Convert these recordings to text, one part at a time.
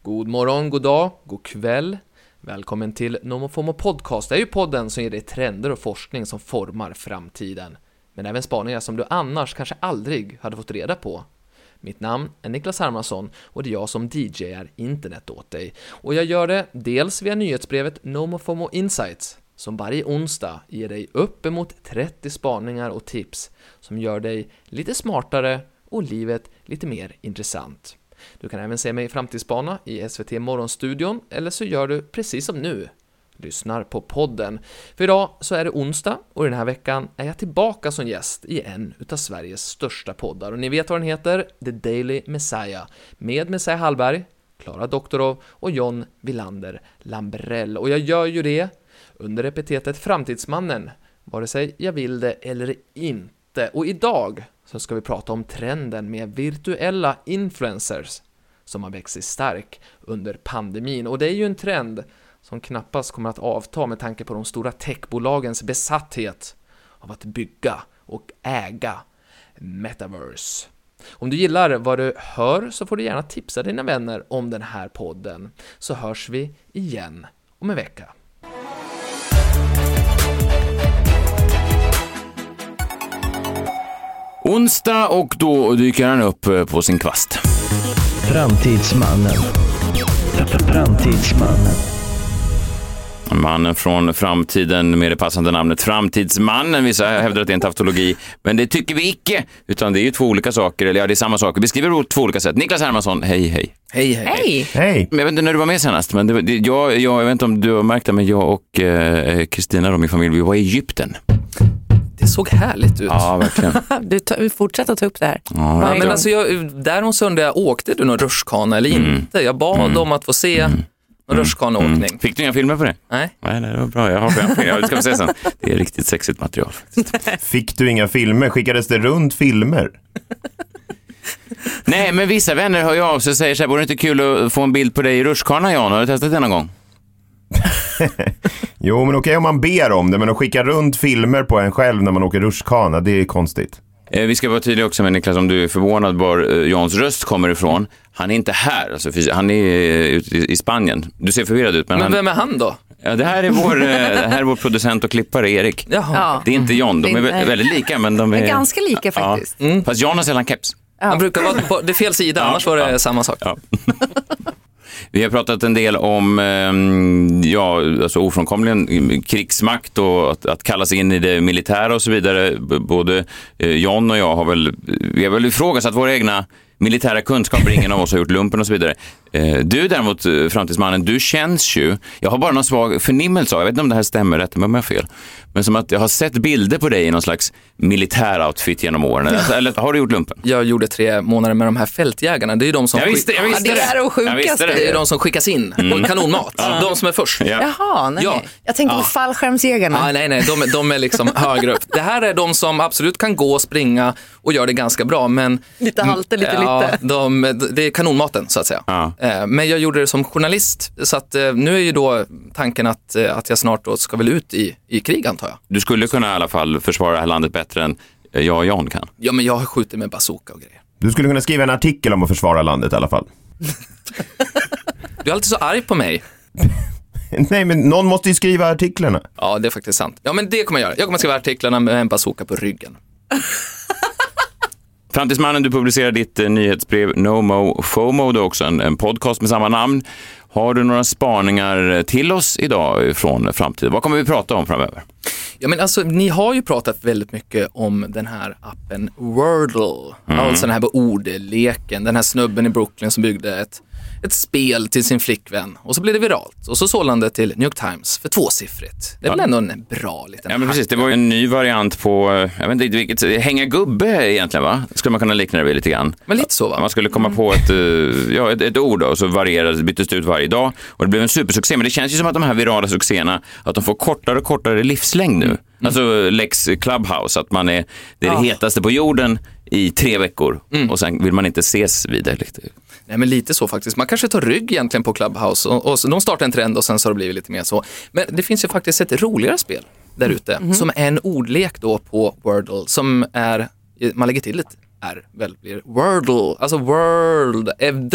God morgon, god dag, god kväll. Välkommen till NomoFomo Podcast. Det är ju podden som ger dig trender och forskning som formar framtiden. Men även spaningar som du annars kanske aldrig hade fått reda på. Mitt namn är Niklas Hermansson och det är jag som DJ:ar internet åt dig. Och jag gör det dels via nyhetsbrevet NomoFomo Insights som varje onsdag ger dig uppemot 30 spaningar och tips som gör dig lite smartare och livet lite mer intressant. Du kan även se mig i Framtidsspana i SVT Morgonstudion eller så gör du precis som nu. Lyssnar på podden. För idag så är det onsdag och den här veckan är jag tillbaka som gäst i en utav Sveriges största poddar. Och ni vet vad den heter? The Daily Messiah. Med Messiah Hallberg, Klara Doktorov och John Wilander Lambrell. Och jag gör ju det under epitetet Framtidsmannen, vare sig jag vill det eller inte. Och idag så ska vi prata om trenden med virtuella influencers som har växt sig stark under pandemin. Och det är ju en trend som knappast kommer att avta med tanke på de stora techbolagens besatthet av att bygga och äga metaverse. Om du gillar vad du hör så får du gärna tipsa dina vänner om den här podden. Så hörs vi igen om en vecka. Onsdag och då dyker han upp på sin kvast. Framtidsmannen. Framtidsmannen. Mannen från framtiden med det passande namnet Framtidsmannen. Vissa hävdar att det är en tautologi, men det tycker vi icke. Utan det är ju två olika saker, eller ja, det är samma saker. Vi skriver på två olika sätt. Niklas Hermansson, hej. Hej. Hej. Jag vet inte när du var med senast, men jag vet inte om du har märkt det, men jag och Kristina och min familj, vi var i Egypten. Det såg härligt ut. Ja, verkligen. Du fortsätter att ta upp det här. Ja, men alltså däromst undrar jag, åkte du någon rutschkana eller inte? Jag bad om att få se en rutschkanaåkning. Fick du inga filmer på det? Nej, det var bra. Jag har filmer. Det ska vi se sen. Det är riktigt sexigt material. Fick du inga filmer? Skickades det runt filmer? Nej, men vissa vänner hör jag av sig och säger så här, vore det inte kul att få en bild på dig i rutschkana, Jan? Har du testat det någon gång? Jo, men okej om man ber om det, men att skicka runt filmer på en själv när man åker rutschkana, det är konstigt. Vi ska vara tydliga också med Niklas, om du är förvånad var Jans röst kommer ifrån. Han är inte här, alltså, han är ute i Spanien. Du ser förvirrad ut. Men vem är han då? Ja, det här är vår producent och klippare Erik. Jaha. Ja. Det är inte John, de är väldigt lika, men de är ganska lika faktiskt. Ja. Fast John har sällan keps. Han brukar vara på det fel sida, annars var det samma sak. Ja. Vi har pratat en del om alltså ofrånkomligen krigsmakt och att kalla sig in i det militära och så vidare. Både John och jag vi har väl ifrågasatt våra egna militära kunskaper, ingen av oss har gjort lumpen och så vidare. Du däremot, Framtidsmannen, du känns ju, jag har bara någon svag förnimmelse av, jag vet inte om det här stämmer rätt, men om jag har fel, men som att jag har sett bilder på dig i någon slags militäroutfit genom åren. Eller har du gjort lumpen? Jag gjorde 3 månader med de här fältjägarna. Det är ju de som jag visste det är de sjukaste. Det är de som skickas in på kanonmat. De som är först. Ja. Jaha, nej. Ja. Jag tänkte på fallskärmsjägarna. Nej, de är liksom högre upp. Det här är de som absolut kan gå och springa och gör det ganska bra, men Lite halter, lite. Det är kanonmaten så att säga. Ja. Men jag gjorde det som journalist, så att nu är ju då tanken att jag snart då ska väl ut i krig, antar jag. Du skulle kunna i alla fall försvara det här landet bättre än jag och Jan kan. Ja, men jag har skjutit med bazooka och grejer. Du skulle kunna skriva en artikel om att försvara landet i alla fall. Du är alltid så arg på mig. Nej, men någon måste ju skriva artiklarna. Ja, det är faktiskt sant. Ja, men det kommer jag göra. Jag kommer skriva artiklarna med en bazooka på ryggen. Framtidsmannen, du publicerar ditt nyhetsbrev NomoFomo, det är också en podcast med samma namn. Har du några spaningar till oss idag från framtiden? Vad kommer vi prata om framöver? Ja, men alltså, ni har ju pratat väldigt mycket om den här appen Wordle. Alltså den här ordleken. Den här snubben i Brooklyn som byggde ett spel till sin flickvän. Och så blev det viralt. Och så sålde det till New York Times för 2-siffrigt. Det är väl ändå en bra liten Ja, men precis. Det var ju en ny variant på, jag vet inte vilket, hänga gubbe egentligen, va? Skulle man kunna likna det vid lite grann. Men lite så, va? Man skulle komma på ett ord då, och så byttes det ut varje dag. Och det blev en supersuccé. Men det känns ju som att de här virala succéerna, att de får kortare och kortare livslängd nu. Alltså Lex Clubhouse, att man är det hetaste på jorden i 3 veckor. Och sen vill man inte ses vidare. Nej, men lite så faktiskt. Man kanske tar rygg egentligen på Clubhouse och de startar en trend och sen så har det blivit lite mer så. Men det finns ju faktiskt ett roligare spel där ute som är en ordlek då på Wordle som är, man lägger till väl blir Wordle, alltså World,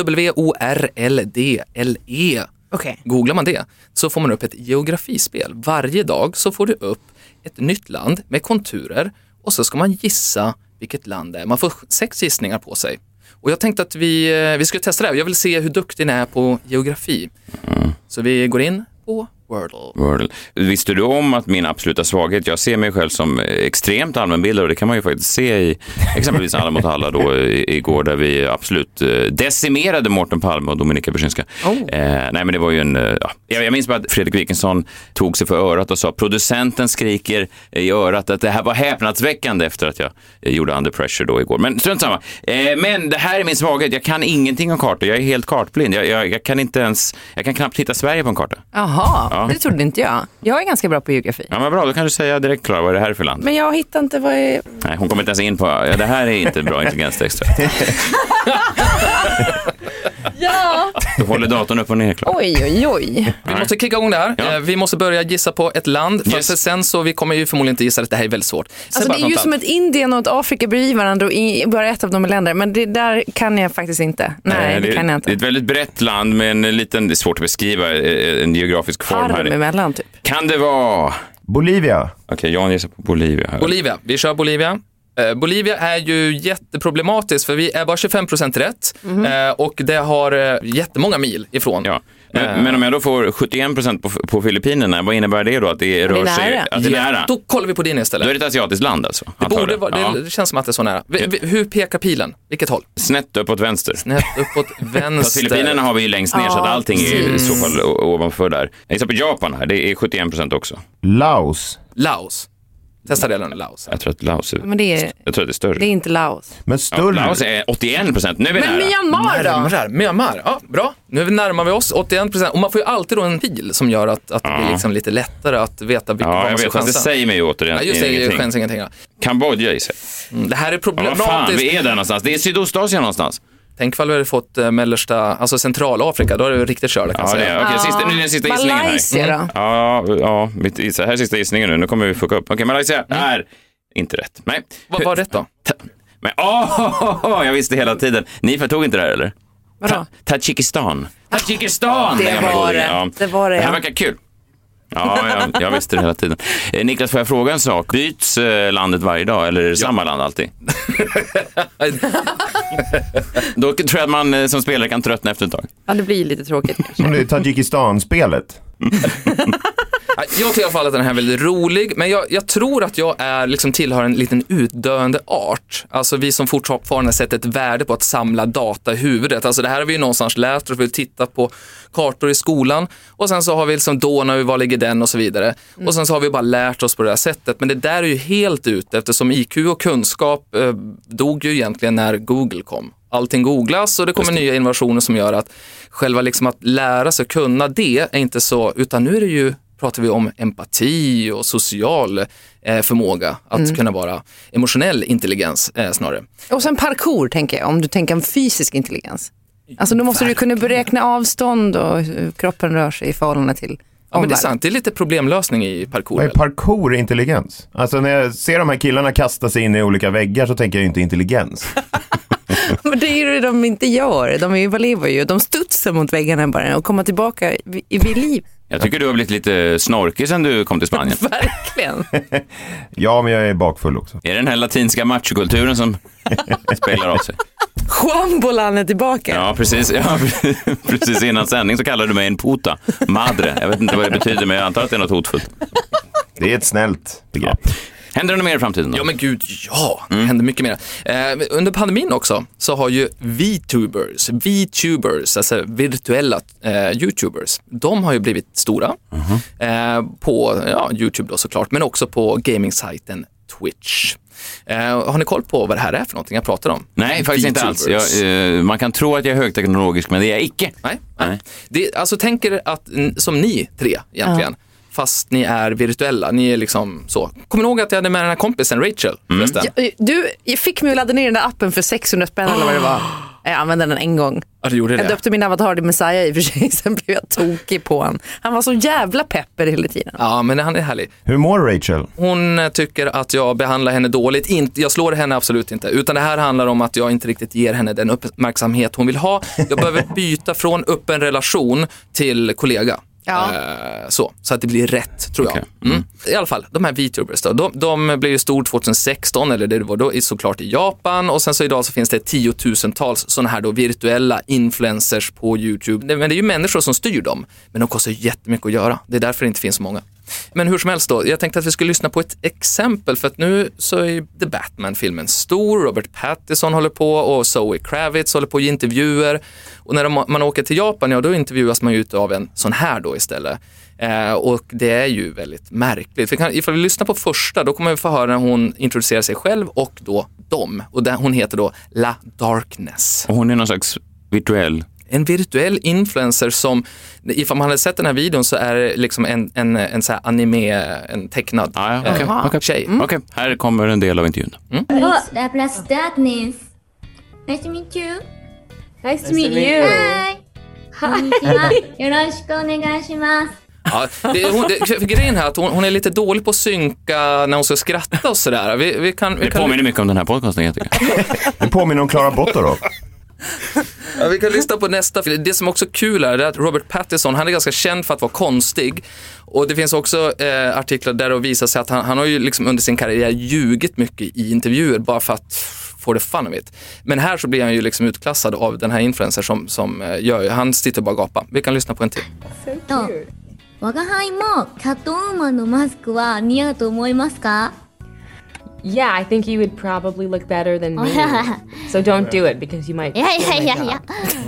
WORLDLE. Okej. Googlar man det så får man upp ett geografispel. Varje dag så får du upp ett nytt land med konturer och så ska man gissa vilket land det är. Man får 6 gissningar på sig. Och jag tänkte att vi skulle testa det här. Jag vill se hur duktig ni är på geografi. Så vi går in på Wordle. Visste du om att min absoluta svaghet, jag ser mig själv som extremt allmänbildad och det kan man ju faktiskt se i exempelvis Alla mot alla då igår där vi absolut decimerade Mårten Palme och Dominika Brzezinska. Nej men det var ju jag minns bara att Fredrik Wikingsson tog sig för örat och sa producenten skriker i örat att det här var häpnadsväckande efter att jag gjorde Under Pressure då igår. Men strunt samma. Men det här är min svaghet, jag kan ingenting om kartor, jag är helt kartblind. Jag kan knappt hitta Sverige på en karta. Jaha. Det trodde inte jag. Jag är ganska bra på geografi. Ja, men bra. Då kan du säga direkt, Klara, vad är det här för land? Men jag hittar inte vad är... Nej, hon kommer inte ens in på... Ja, det här är inte bra intelligenstest. Ja! Du håller datorn upp och ner, Klara. Oj. Vi måste kicka igång det här. Ja. Vi måste börja gissa på ett land. För sen så vi kommer ju förmodligen inte gissa att det här är väldigt svårt. Alltså det är ju som ett Indien och ett Afrika bredvid varandra och bara ett av dem är länder. Men det där kan jag faktiskt inte. Nej, det kan jag inte. Det är ett väldigt brett land med en liten... Det är svårt att beskriva en geografisk form här. Emellan, typ. Kan det vara... Bolivia. Okej, Jan gissar på Bolivia här. Bolivia. Vi kör Bolivia. Bolivia är ju jätteproblematiskt för vi är bara 25% rätt och det har jättemånga mil ifrån. Ja. Men om jag då får 71% på Filippinerna, vad innebär det då? Att det rör sig... Att det är nära? Då kollar vi på din istället. Då är det ett asiatiskt land alltså? Det borde vara, det känns som att det är så nära. Hur pekar pilen? Vilket håll? Snett uppåt vänster. Snett uppåt vänster. Filippinerna har vi ju längst ner så att allting är i så fall ovanför där. Jag gissar på Japan här, det är 71% också. Laos. Testa det, Laos. Jag tror att Laos är... Men jag tror att det är större. Det är inte Laos. Men större. Laos är 81%. Nu är vi nära. Men Myanmar då? Myanmar, ja, bra. Nu närmar vi oss 81%. Och man får ju alltid då en pil som gör att det blir liksom lite lättare att veta vilka man ska chansa. Det säger mig ju återigen. Ja, just det, chans ingenting. Kambodja i sig. Det här är problematiskt. Vad fan, vi är där någonstans. Det är Sydostasien någonstans. Tänk om vi hade fått mellersta, alltså Centralafrika, då är det riktigt körda kan jag säga. Okej, nu är den sista gissningen här. Malaysia då? Ja, här är sista gissningen nu. Nu kommer vi fucka upp. Okej, Malaysia är inte rätt. Nej. Vad var rätt då? Men jag visste hela tiden. Ni tog inte det här, eller? Vadå? Tadzjikistan. Det var det. Ja. Det var det. Det här verkar kul. Ja, jag visste det hela tiden. Niklas, får jag fråga en sak? Byts landet varje dag eller är det samma land alltid? Då tror jag att man som spelare kan tröttna efter ett tag. Ja, det blir lite tråkigt kanske. Som det är Tadzjikistan-spelet. Jag tycker i alla fall att den här är väldigt rolig, men jag tror att jag tillhör en liten utdöende art. Alltså vi som fortfarande sett ett värde på att samla data i huvudet. Alltså det här har vi ju någonstans lärt och vi tittat på kartor i skolan och sen så har vi Donau, var ligger den och så vidare. Och sen så har vi bara lärt oss på det här sättet. Men det där är ju helt ute eftersom IQ och kunskap dog ju egentligen när Google kom. Allting googlas och det kommer nya innovationer som gör att själva att lära sig kunna det är inte så, utan nu är det ju pratar vi om empati och social förmåga att kunna vara emotionell intelligens snarare. Och sen parkour tänker jag, om du tänker om fysisk intelligens. Alltså då måste du kunna beräkna avstånd och hur kroppen rör sig i förhållande till Ja, men det är sant. Det är lite problemlösning i parkour. Vad är parkour-intelligens? Alltså när jag ser de här killarna kasta sig in i olika väggar så tänker jag ju inte intelligens. Men det är ju det de inte gör. De överlever ju. De studsar mot väggarna bara och kommer tillbaka vid liv. Jag tycker du har blivit lite snorkig sen du kom till Spanien. Verkligen. Ja, men jag är bakfull också. Är det den här latinska machokulturen som spelar av sig? Juan är tillbaka. Ja, precis. Ja, precis innan sändning så kallade du mig en puta. Madre. Jag vet inte vad det betyder, men jag antar att det är något hotfullt. Det är ett snällt begrepp. Ja. Händer det något mer i framtiden då? Ja men gud, det händer mycket mer. Under pandemin också så har ju VTubers, alltså virtuella YouTubers, de har ju blivit stora på YouTube då såklart, men också på gaming-sajten Twitch. Har ni koll på vad det här är för någonting jag pratar om? Nej, faktiskt inte alls. Man kan tro att jag är högteknologisk, men det är jag icke. Nej. Det, alltså tänker att som ni tre egentligen, fast ni är virtuella, ni är liksom så. Kommer ni ihåg att jag hade med den här kompisen Rachel? Du fick mig att ladda ner den där appen för 600 spänn eller vad det var. Jag använde den en gång. Ja, du gjorde det. Jag döpte min avatar till Messiah i och för sig, sen blev jag tokig på han. Han var så jävla pepper hela tiden. Ja, men han är härlig. Hur mår Rachel? Hon tycker att jag behandlar henne dåligt. Jag slår henne absolut inte. Utan det här handlar om att jag inte riktigt ger henne den uppmärksamhet hon vill ha. Jag behöver byta från öppen relation till kollega. Ja. Så att det blir rätt, tror jag. I alla fall, de här VTubers då, de blev ju stor 2016, eller det var då såklart i Japan, och sen så idag så finns det 10,000-tals sådana här då virtuella influencers på YouTube. Men det är ju människor som styr dem, men de kostar jättemycket att göra. Det är därför det inte finns så många. Men hur som helst då, jag tänkte att vi skulle lyssna på ett exempel, för att nu så är The Batman-filmen stor, Robert Pattinson håller på och Zoe Kravitz håller på i intervjuer, och när man åker till Japan, ja då intervjuas man ju av en sån här då istället. Och det är ju väldigt märkligt. För ifall vi lyssnar på första, då kommer vi få höra när hon introducerar sig själv och då dem. Och hon heter då La Darkness. Och hon är någon slags en virtuell influencer som, ifall man hade sett den här videon, så är det liksom en så här anime, en tecknad tjej. Okej, här kommer en del av intervjun. Plus Darkness. Nice to meet you. Nice to meet you. Hi. こんにちは。よろしくお願いします。 Ja, för grejen här att hon är lite dålig på att synka när hon ska skratta och sådär. Det påminner mycket om den här podcasten, jag tycker. Det påminner om Clara Bottorov. Ja, vi kan lyssna på nästa. Det som också är kul är att Robert Pattinson, han är ganska känd för att vara konstig. Och det finns också artiklar där det visar sig att han har ju liksom under sin karriär ljugit mycket i intervjuer bara för att få det fun of it. Men här så blir han ju liksom utklassad av den här influencer som gör, han sitter bara och gapar. Vi kan lyssna på en till. So cute. 我が輩もキャットウーマンのマスクは似合うと思いますか? Yeah, I think you would probably look better than me. So don't do it because you might. Yeah.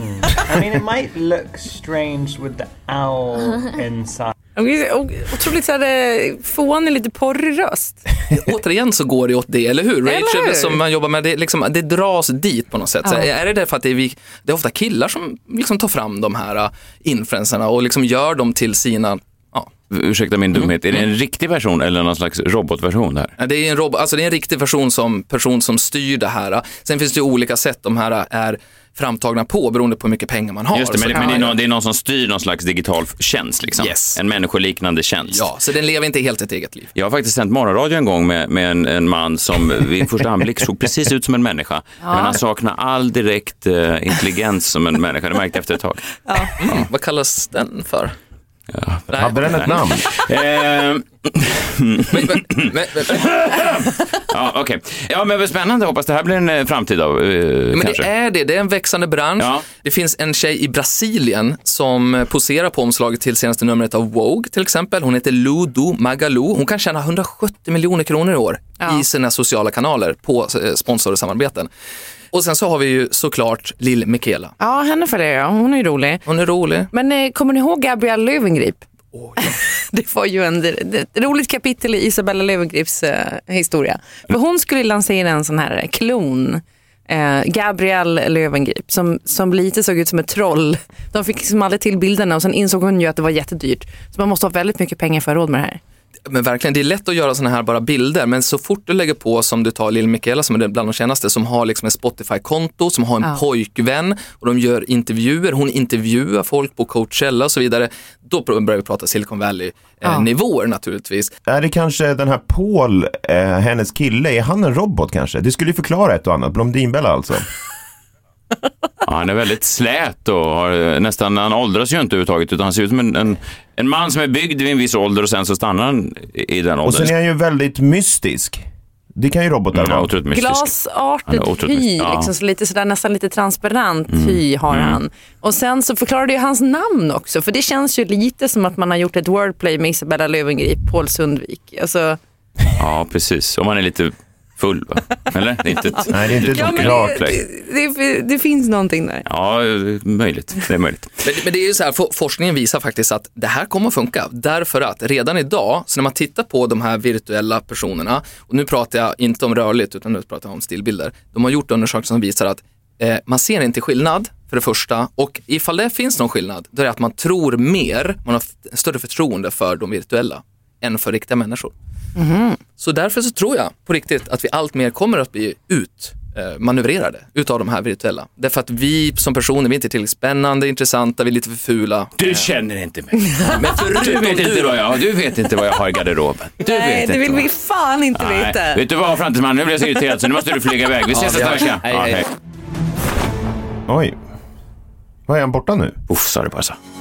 I mean, it might look strange with the owl inside. Otroligt så här fånig, lite porrig röst. Återigen så går det åt det, eller hur? Rachel som man jobbar med, det dras dit på något sätt. Så är det därför att det är ofta killar som liksom tar fram de här influencerna och liksom gör dem till sina... Ursäkta min dumhet, är det en riktig person eller någon slags robotversion där? Det är det är en riktig person som styr det här. Sen finns det ju olika sätt de här är framtagna på beroende på hur mycket pengar man har. Just det, men det är någon som styr någon slags digital tjänst liksom. Yes. En människoliknande tjänst. Ja, så den lever inte helt ett eget liv. Jag har faktiskt sänt morgonradio en gång med en man som vid första anblick såg precis ut som en människa. Men han saknar all direkt intelligens som en människa. Det märkte efter ett tag. Vad kallas den för? Ja. Hade den ett namn? Ja, okej. Ja, men vad spännande. Hoppas det här blir en framtid av men kanske. Det är en växande bransch. Ja. Det finns en tjej i Brasilien som poserar på omslaget till senaste numret av Vogue till exempel. Hon heter Ludo Magalu. Hon kan tjäna 170 miljoner kronor i år i sina sociala kanaler på sponsor och samarbeten. Och sen så har vi ju såklart Lil Michaela. Ja, henne följer jag. Hon är ju rolig. Hon är rolig. Men kommer ni ihåg Gabrielle Löwengrip? Det var ju ett roligt kapitel i Isabella Löwengrips historia. För hon skulle lansera en sån här klon, Gabrielle Löwengrip, som lite såg ut som ett troll. De fick liksom aldrig till bilderna och sen insåg hon ju att det var jättedyrt. Så man måste ha väldigt mycket pengar för råd med det här. Men verkligen, det är lätt att göra såna här bara bilder, men så fort du lägger på, som du tar Lil Michaela som är bland de kännaste, som har liksom en Spotify-konto, som har en pojkvän och de gör intervjuer, hon intervjuar folk på Coachella och så vidare, då börjar vi prata Silicon Valley-nivåer naturligtvis. Är det kanske den här Paul, hennes kille, är han en robot kanske? Det skulle ju förklara ett och annat, Blondinbella alltså. Ja, han är väldigt slät och har han åldras ju inte överhuvudtaget, utan han ser ut som en man som är byggd vid en viss ålder och sen så stannar han i den åldern. Och sen är han ju väldigt mystisk. Det kan ju robotar vara. Glasartet hy, liksom, så lite sådär, nästan lite transparent hy har han. Och sen så förklarade ju hans namn också, för det känns ju lite som att man har gjort ett wordplay med Isabella Löwengrip, Paul Sundvik. Alltså... Ja, precis. Om man är lite full, va? Eller? Det är inte nej, det är inte klart. Det finns någonting där. Ja, möjligt. Det är möjligt. Men det är ju så här, forskningen visar faktiskt att det här kommer att funka. Därför att redan idag, så när man tittar på de här virtuella personerna, och nu pratar jag inte om rörligt utan nu pratar jag om stillbilder. De har gjort undersökningar som visar att man ser inte skillnad för det första, och ifall det finns någon skillnad, då är det att man tror mer, man har större förtroende för de virtuella än för riktiga människor. Så därför så tror jag på riktigt att vi allt mer kommer att bli manövrerade utav de här virtuella. Därför att vi som personer, vi är inte tillräckligt spännande, intressanta, vi är lite för fula. Du känner inte mig. Men du vet inte vad jag har i garderoben. Nej, det vill vi fan inte veta. Vet du vad, framtidsman, nu blir jag så irriterad så nu måste du flyga iväg. Vi ses nästa vecka. Hej. Oj. Vad är han borta nu? Sa det bara så.